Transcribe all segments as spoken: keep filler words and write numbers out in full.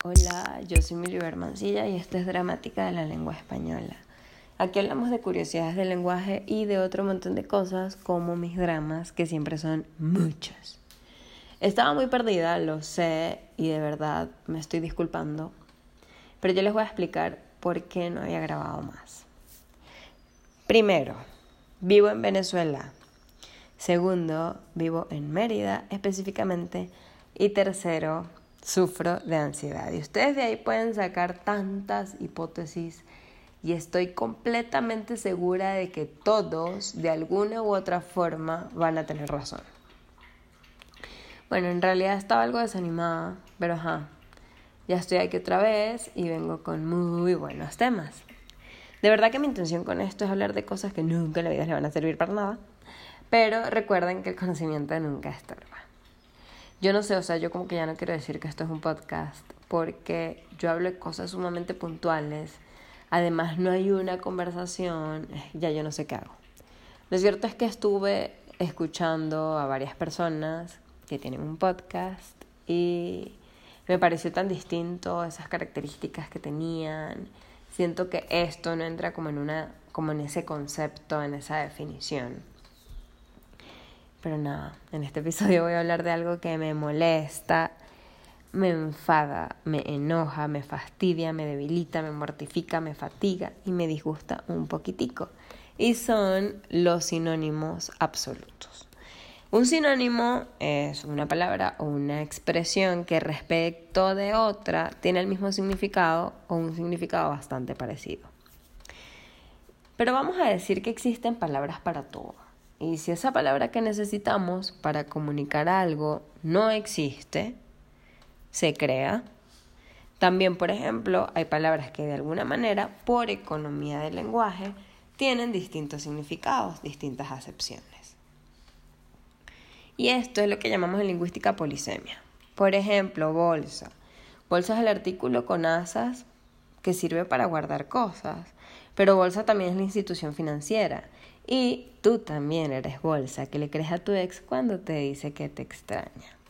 Hola, yo soy Milibert Mancilla y esto es Dramática de la Lengua Española. Aquí hablamos de curiosidades del lenguaje y de otro montón de cosas como mis dramas, que siempre son muchos. Estaba muy perdida, lo sé, y de verdad me estoy disculpando, pero yo les voy a explicar por qué no había grabado más. Primero, vivo en Venezuela. Segundo, vivo en Mérida específicamente. Y tercero, sufro de ansiedad. Y ustedes de ahí pueden sacar tantas hipótesis y estoy completamente segura de que todos, de alguna u otra forma, van a tener razón. Bueno, en realidad estaba algo desanimada, pero ajá, ya estoy aquí otra vez y vengo con muy buenos temas. De verdad que mi intención con esto es hablar de cosas que nunca en la vida les van a servir para nada, pero recuerden que el conocimiento nunca estorba. Yo no sé, o sea, yo como que ya no quiero decir que esto es un podcast porque yo hablo de cosas sumamente puntuales. Además, no hay una conversación, ya yo no sé qué hago. Lo cierto es que estuve escuchando a varias personas que tienen un podcast y me pareció tan distinto esas características que tenían. Siento que esto no entra como en una, como en ese concepto, en esa definición. Pero nada, en este episodio voy a hablar de algo que me molesta, me enfada, me enoja, me fastidia, me debilita, me mortifica, me fatiga y me disgusta un poquitico. Y son los sinónimos absolutos. Un sinónimo es una palabra o una expresión que respecto de otra tiene el mismo significado o un significado bastante parecido. Pero vamos a decir que existen palabras para todo. Y si esa palabra que necesitamos para comunicar algo no existe, se crea. También, por ejemplo, hay palabras que de alguna manera, por economía del lenguaje, tienen distintos significados, distintas acepciones. Y esto es lo que llamamos en lingüística polisemia. Por ejemplo, bolsa. Bolsa es el artículo con asas que sirve para guardar cosas, pero bolsa también es la institución financiera. Y tú también eres bolsa, que le crees a tu ex cuando te dice que te extraña.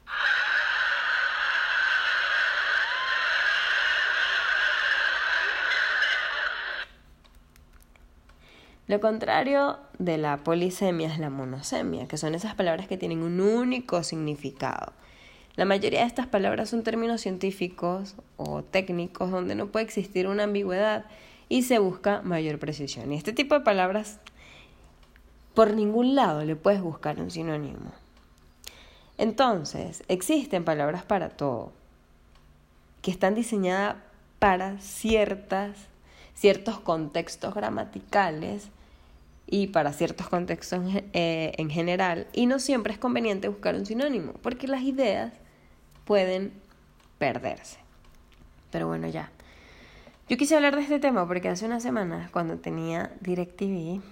Lo contrario de la polisemia es la monosemia, que son esas palabras que tienen un único significado. La mayoría de estas palabras son términos científicos o técnicos donde no puede existir una ambigüedad y se busca mayor precisión. Y este tipo de palabras, por ningún lado le puedes buscar un sinónimo. Entonces, existen palabras para todo, que están diseñadas para ciertas, ciertos contextos gramaticales y para ciertos contextos eh, en general, y no siempre es conveniente buscar un sinónimo, porque las ideas pueden perderse. Pero bueno, ya. Yo quise hablar de este tema porque hace unas semanas, cuando tenía DirecTV,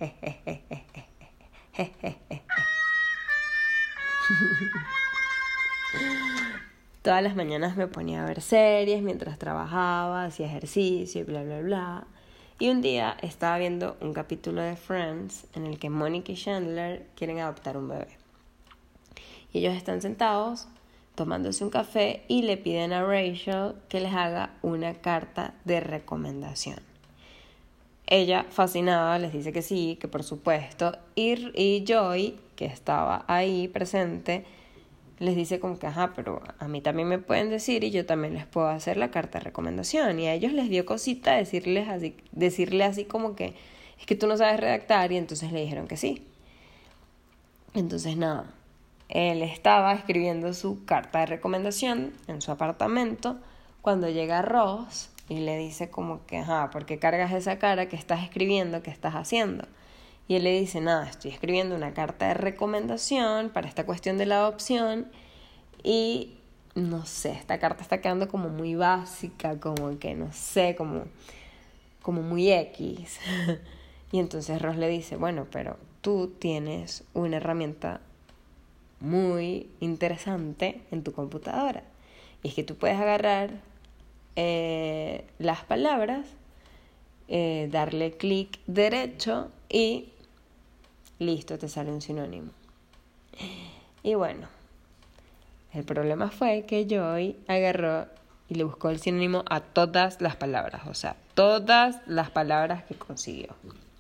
todas las mañanas me ponía a ver series mientras trabajaba, hacía ejercicio y bla, bla, bla. Y un día estaba viendo un capítulo de Friends en el que Mónica y Chandler quieren adoptar un bebé. Y ellos están sentados tomándose un café y le piden a Rachel que les haga una carta de recomendación. Ella, fascinada, les dice que sí, que por supuesto. Y, y Joy, que estaba ahí presente, les dice como que, ajá, pero a mí también me pueden decir y yo también les puedo hacer la carta de recomendación. Y a ellos les dio cosita decirles así, decirle así como que, es que tú no sabes redactar, y entonces le dijeron que sí. Entonces nada, él estaba escribiendo su carta de recomendación en su apartamento cuando llega Ross y le dice como que, ajá, ¿por qué cargas esa cara? ¿Qué estás escribiendo? ¿Qué estás haciendo? Y él le dice, nada, estoy escribiendo una carta de recomendación para esta cuestión de la adopción y no sé, esta carta está quedando como muy básica, como que no sé, como, como muy X. Y entonces Ross le dice, bueno, pero tú tienes una herramienta muy interesante en tu computadora. Y es que tú puedes agarrar eh, las palabras, eh, darle clic derecho y listo, te sale un sinónimo. Y bueno, el problema fue que Joy agarró y le buscó el sinónimo a todas las palabras, o sea, todas las palabras que consiguió.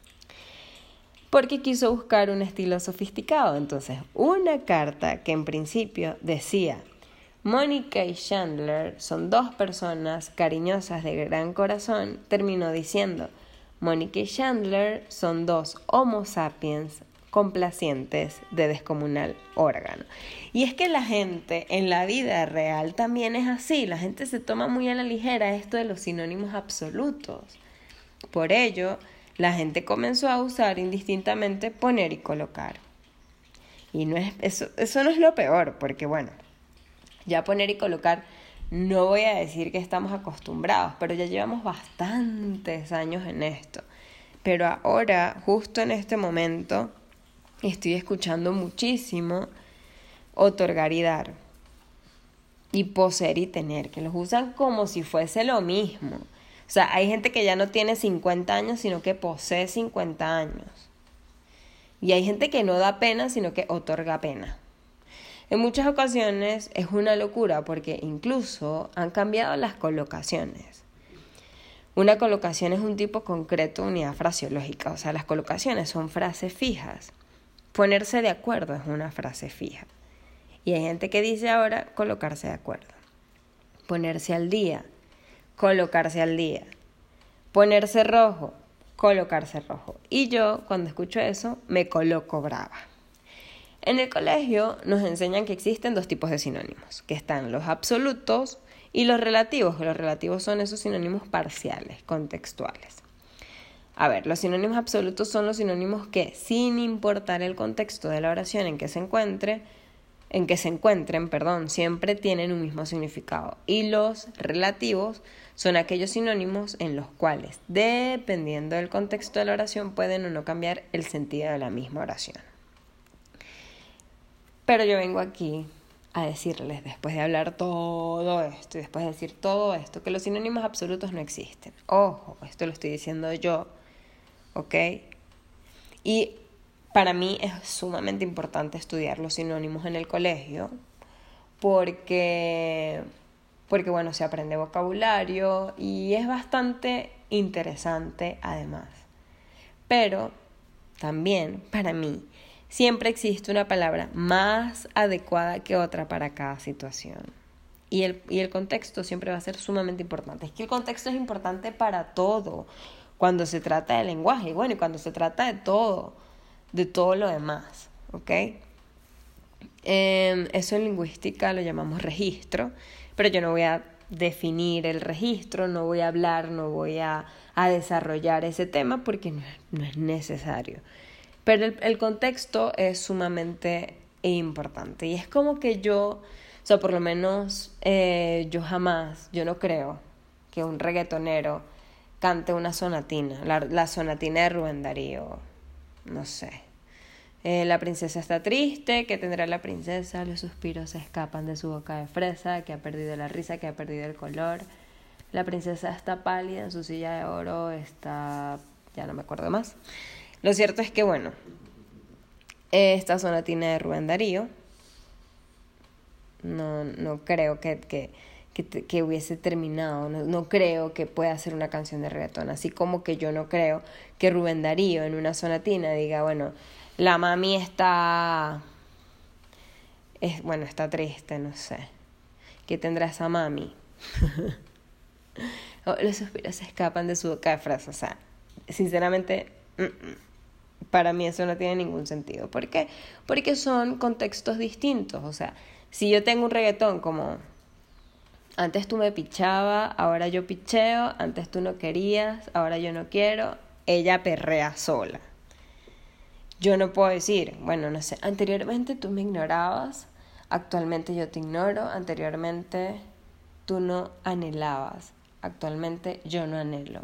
Porque quiso buscar un estilo sofisticado. Entonces, una carta que en principio decía: Mónica y Chandler son dos personas cariñosas de gran corazón, terminó diciendo: Mónica y Chandler son dos homo sapiens complacientes de descomunal órgano. Y es que la gente en la vida real también es así. La gente se toma muy a la ligera esto de los sinónimos absolutos. Por ello, la gente comenzó a usar indistintamente poner y colocar. Y no es, eso, eso no es lo peor, porque bueno, ya poner y colocar, no voy a decir que estamos acostumbrados, pero ya llevamos bastantes años en esto. Pero ahora, justo en este momento, estoy escuchando muchísimo otorgar y dar, y poseer y tener, que los usan como si fuese lo mismo. O sea, hay gente que ya no tiene cincuenta años, sino que posee cincuenta años. Y hay gente que no da pena, sino que otorga pena. En muchas ocasiones es una locura porque incluso han cambiado las colocaciones. Una colocación es un tipo concreto de unidad fraseológica, o sea, las colocaciones son frases fijas. Ponerse de acuerdo es una frase fija. Y hay gente que dice ahora colocarse de acuerdo. Ponerse al día, colocarse al día. Ponerse rojo, colocarse rojo. Y yo, cuando escucho eso, me coloco brava. En el colegio nos enseñan que existen dos tipos de sinónimos, que están los absolutos y los relativos, que los relativos son esos sinónimos parciales, contextuales. A ver, los sinónimos absolutos son los sinónimos que, sin importar el contexto de la oración en que se encuentre, en que se encuentren, perdón, siempre tienen un mismo significado. Y los relativos son aquellos sinónimos en los cuales, dependiendo del contexto de la oración, pueden o no cambiar el sentido de la misma oración. Pero yo vengo aquí a decirles, después de hablar todo esto y después de decir todo esto, que los sinónimos absolutos no existen. Ojo, esto lo estoy diciendo yo, ¿ok? Y para mí es sumamente importante estudiar los sinónimos en el colegio porque, porque bueno, se aprende vocabulario y es bastante interesante además. Pero también para mí siempre existe una palabra más adecuada que otra para cada situación. Y el, y el contexto siempre va a ser sumamente importante. Es que el contexto es importante para todo cuando se trata de lenguaje. Y bueno, y cuando se trata de todo, de todo lo demás, ¿ok? Eh, eso en lingüística lo llamamos registro, pero yo no voy a definir el registro, no voy a hablar, no voy a, a desarrollar ese tema porque no, no es necesario. Pero el, el contexto es sumamente importante y es como que yo, o sea, por lo menos eh, yo jamás, yo no creo que un reggaetonero cante una sonatina, la, la sonatina de Rubén Darío, no sé. Eh, la princesa está triste, ¿qué tendrá la princesa? Los suspiros se escapan de su boca de fresa, que ha perdido la risa, que ha perdido el color. La princesa está pálida, en su silla de oro está... ya no me acuerdo más. Lo cierto es que, bueno, esta sonatina de Rubén Darío, no, no creo que, que, que, que hubiese terminado, no, no creo que pueda ser una canción de reggaetón, así como que yo no creo que Rubén Darío en una sonatina diga, bueno, la mami está, es, bueno, está triste, no sé, ¿qué tendrá esa mami? Oh, los suspiros se escapan de su boca de fresa, o sea, sinceramente... Mm-mm. Para mí eso no tiene ningún sentido. ¿Por qué? Porque son contextos distintos. O sea, si yo tengo un reggaetón como antes tú me pichabas, ahora yo picheo, antes tú no querías, ahora yo no quiero, ella perrea sola. Yo no puedo decir, bueno, no sé, anteriormente tú me ignorabas, actualmente yo te ignoro, anteriormente tú no anhelabas, actualmente yo no anhelo.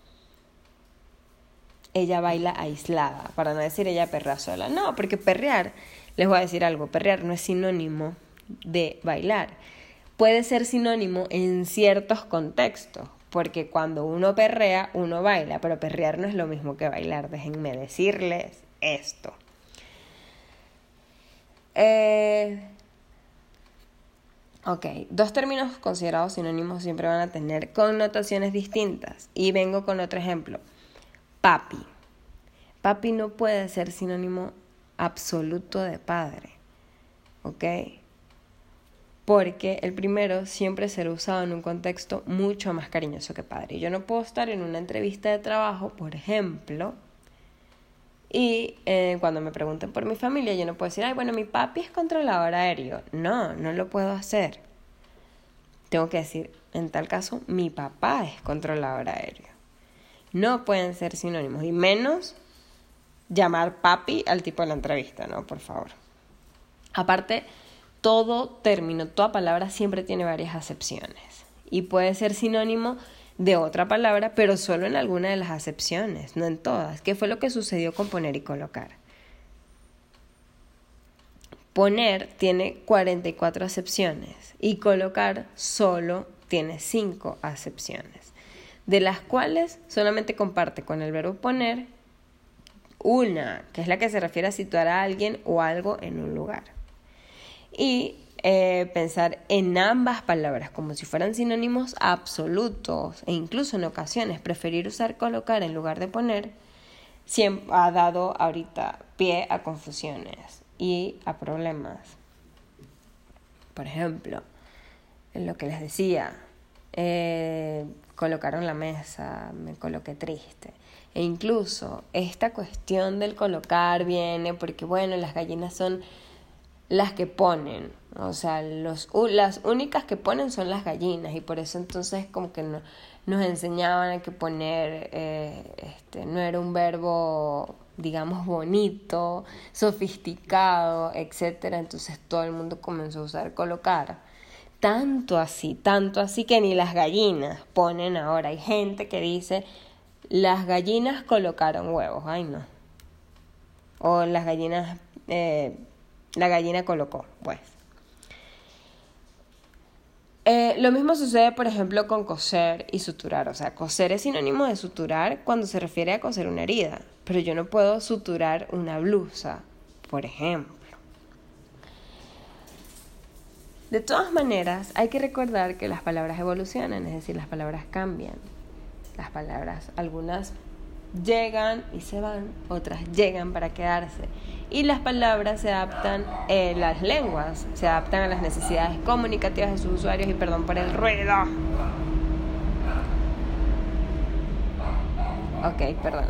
Ella baila aislada, para no decir ella perrea sola. No, porque perrear, les voy a decir algo, perrear no es sinónimo de bailar. Puede ser sinónimo en ciertos contextos, porque cuando uno perrea, uno baila, pero perrear no es lo mismo que bailar, déjenme decirles esto. Eh, Ok, dos términos considerados sinónimos siempre van a tener connotaciones distintas. Y vengo con otro ejemplo. Papi. Papi no puede ser sinónimo absoluto de padre. ¿Ok? Porque el primero siempre será usado en un contexto mucho más cariñoso que padre. Yo no puedo estar en una entrevista de trabajo, por ejemplo, y eh, cuando me pregunten por mi familia, yo no puedo decir, ay, bueno, mi papi es controlador aéreo. No, no lo puedo hacer. Tengo que decir, en tal caso, mi papá es controlador aéreo. No pueden ser sinónimos, y menos llamar papi al tipo de la entrevista, ¿no? Por favor. Aparte, todo término, toda palabra siempre tiene varias acepciones. Y puede ser sinónimo de otra palabra, pero solo en alguna de las acepciones, no en todas. ¿Qué fue lo que sucedió con poner y colocar? Poner tiene cuarenta y cuatro acepciones y colocar solo tiene cinco acepciones, de las cuales solamente comparte con el verbo poner una, que es la que se refiere a situar a alguien o algo en un lugar. Y Eh, pensar en ambas palabras como si fueran sinónimos absolutos, e incluso en ocasiones preferir usar colocar en lugar de poner siempre ha dado ahorita pie a confusiones y a problemas. Por ejemplo, en lo que les decía, eh, colocaron la mesa, me coloqué triste. E incluso esta cuestión del colocar viene porque, bueno, las gallinas son las que ponen, o sea, los, las únicas que ponen son las gallinas, y por eso entonces como que no, nos enseñaban a que poner, eh, este, no era un verbo, digamos, bonito, sofisticado, etcétera. Entonces todo el mundo comenzó a usar colocar. Tanto así, tanto así que ni las gallinas ponen ahora. Hay gente que dice, las gallinas colocaron huevos, ay no. O las gallinas... Eh, La gallina colocó, pues. Eh, lo mismo sucede, por ejemplo, con coser y suturar. O sea, coser es sinónimo de suturar cuando se refiere a coser una herida. Pero yo no puedo suturar una blusa, por ejemplo. De todas maneras, hay que recordar que las palabras evolucionan, es decir, las palabras cambian. Las palabras, algunas llegan y se van, otras llegan para quedarse. Y las palabras se adaptan, eh, las lenguas se adaptan a las necesidades comunicativas de sus usuarios. Y perdón por el ruido. Ok, perdón.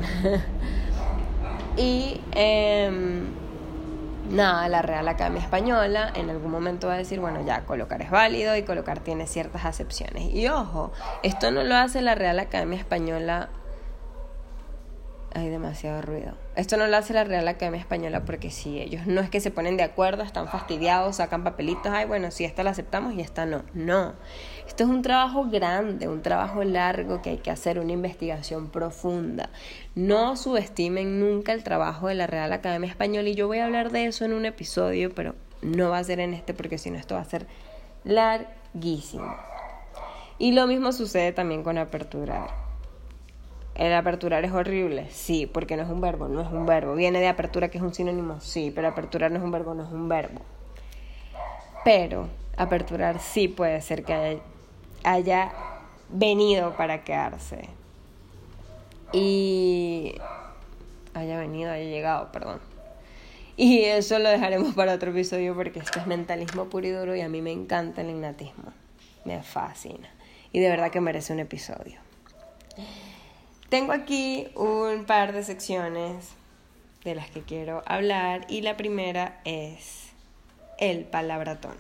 y eh, nada, la Real Academia Española en algún momento va a decir, bueno, ya, colocar es válido y colocar tiene ciertas acepciones. Y ojo, esto no lo hace la Real Academia Española. Hay demasiado ruido. Esto no lo hace la Real Academia Española porque sí, ellos no es que se ponen de acuerdo, están fastidiados, sacan papelitos, ay, bueno, sí, esta la aceptamos y esta no. No. Esto es un trabajo grande, un trabajo largo que hay que hacer, una investigación profunda. No subestimen nunca el trabajo de la Real Academia Española, y yo voy a hablar de eso en un episodio, pero no va a ser en este porque si no esto va a ser larguísimo. Y lo mismo sucede también con aperturar. ¿El aperturar es horrible? Sí, porque no es un verbo, no es un verbo. ¿Viene de apertura, que es un sinónimo? Sí, pero aperturar no es un verbo, no es un verbo. Pero aperturar sí puede ser que haya, haya venido para quedarse. Y haya venido, haya llegado, perdón. Y eso lo dejaremos para otro episodio porque esto es mentalismo puro y duro y a mí me encanta el innatismo. Me fascina. Y de verdad que merece un episodio. Tengo aquí un par de secciones de las que quiero hablar y la primera es el palabratón.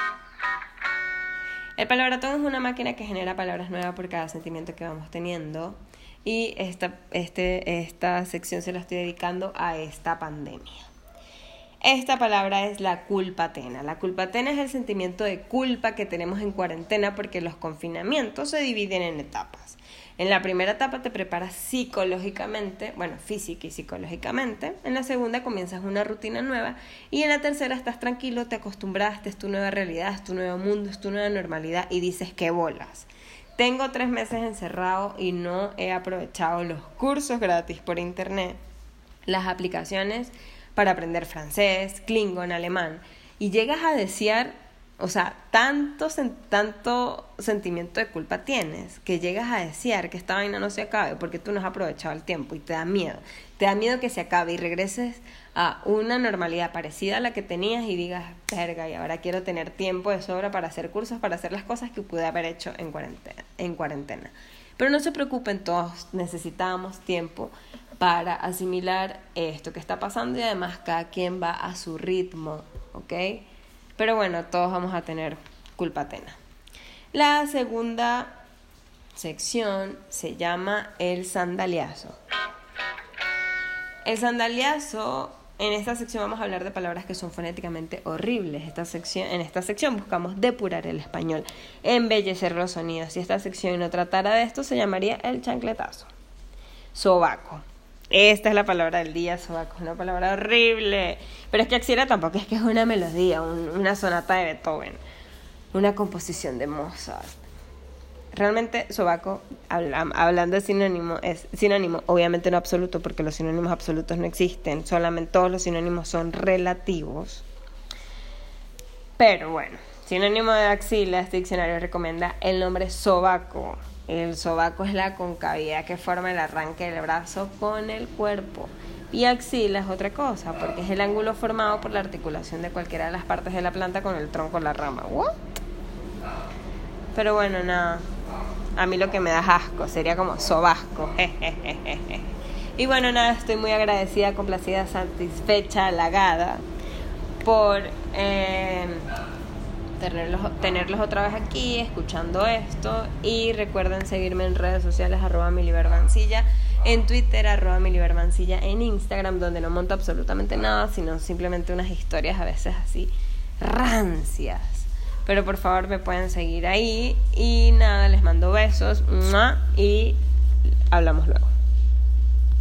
El palabratón es una máquina que genera palabras nuevas por cada sentimiento que vamos teniendo y esta, este, esta sección se la estoy dedicando a esta pandemia. Esta palabra es la culpatena. La culpatena es el sentimiento de culpa que tenemos en cuarentena porque los confinamientos se dividen en etapas. En la primera etapa te preparas psicológicamente, bueno, física y psicológicamente. En la segunda comienzas una rutina nueva. Y en la tercera estás tranquilo, te acostumbraste, es tu nueva realidad, es tu nuevo mundo, es tu nueva normalidad. Y dices, ¿qué bolas? Tengo tres meses encerrado y no he aprovechado los cursos gratis por internet, las aplicaciones para aprender francés, klingon, alemán. Y llegas a desear O sea, tanto, tanto sentimiento de culpa tienes que llegas a desear que esta vaina no se acabe porque tú no has aprovechado el tiempo y te da miedo. Te da miedo que se acabe y regreses a una normalidad parecida a la que tenías y digas, verga, y ahora quiero tener tiempo de sobra para hacer cursos, para hacer las cosas que pude haber hecho en cuarentena. En cuarentena. Pero no se preocupen, todos necesitamos tiempo para asimilar esto que está pasando y además cada quien va a su ritmo, ¿ok? Pero bueno, todos vamos a tener culpatena. La segunda sección se llama el sandaliazo. El sandaliazo, en esta sección vamos a hablar de palabras que son fonéticamente horribles. Esta sección, en esta sección buscamos depurar el español, embellecer los sonidos. Si esta sección no tratara de esto, se llamaría el chancletazo. Sobaco. Esta es la palabra del día, sobaco. Es una palabra horrible. Pero es que Axiera tampoco es que es una melodía, un, una sonata de Beethoven, una composición de Mozart. Realmente, sobaco, habla, hablando de sinónimo, es sinónimo, obviamente no absoluto, porque los sinónimos absolutos no existen, solamente todos los sinónimos son relativos. Pero bueno, sinónimo de axila, este diccionario recomienda el nombre sobaco. El sobaco es la concavidad que forma el arranque del brazo con el cuerpo. Y axila es otra cosa, porque es el ángulo formado por la articulación de cualquiera de las partes de la planta con el tronco o la rama. ¿What? Pero bueno, nada. A mí lo que me da asco sería como sobasco. Y bueno, nada, estoy muy agradecida, complacida, satisfecha, halagada por eh, tenerlos, tenerlos otra vez aquí, escuchando esto. Y recuerden seguirme en redes sociales, arroba milibermancilla, en Twitter, arroba milibermancilla, en Instagram, donde no monto absolutamente nada, sino simplemente unas historias a veces así rancias. Pero por favor me pueden seguir ahí. Y nada, les mando besos. Y hablamos luego.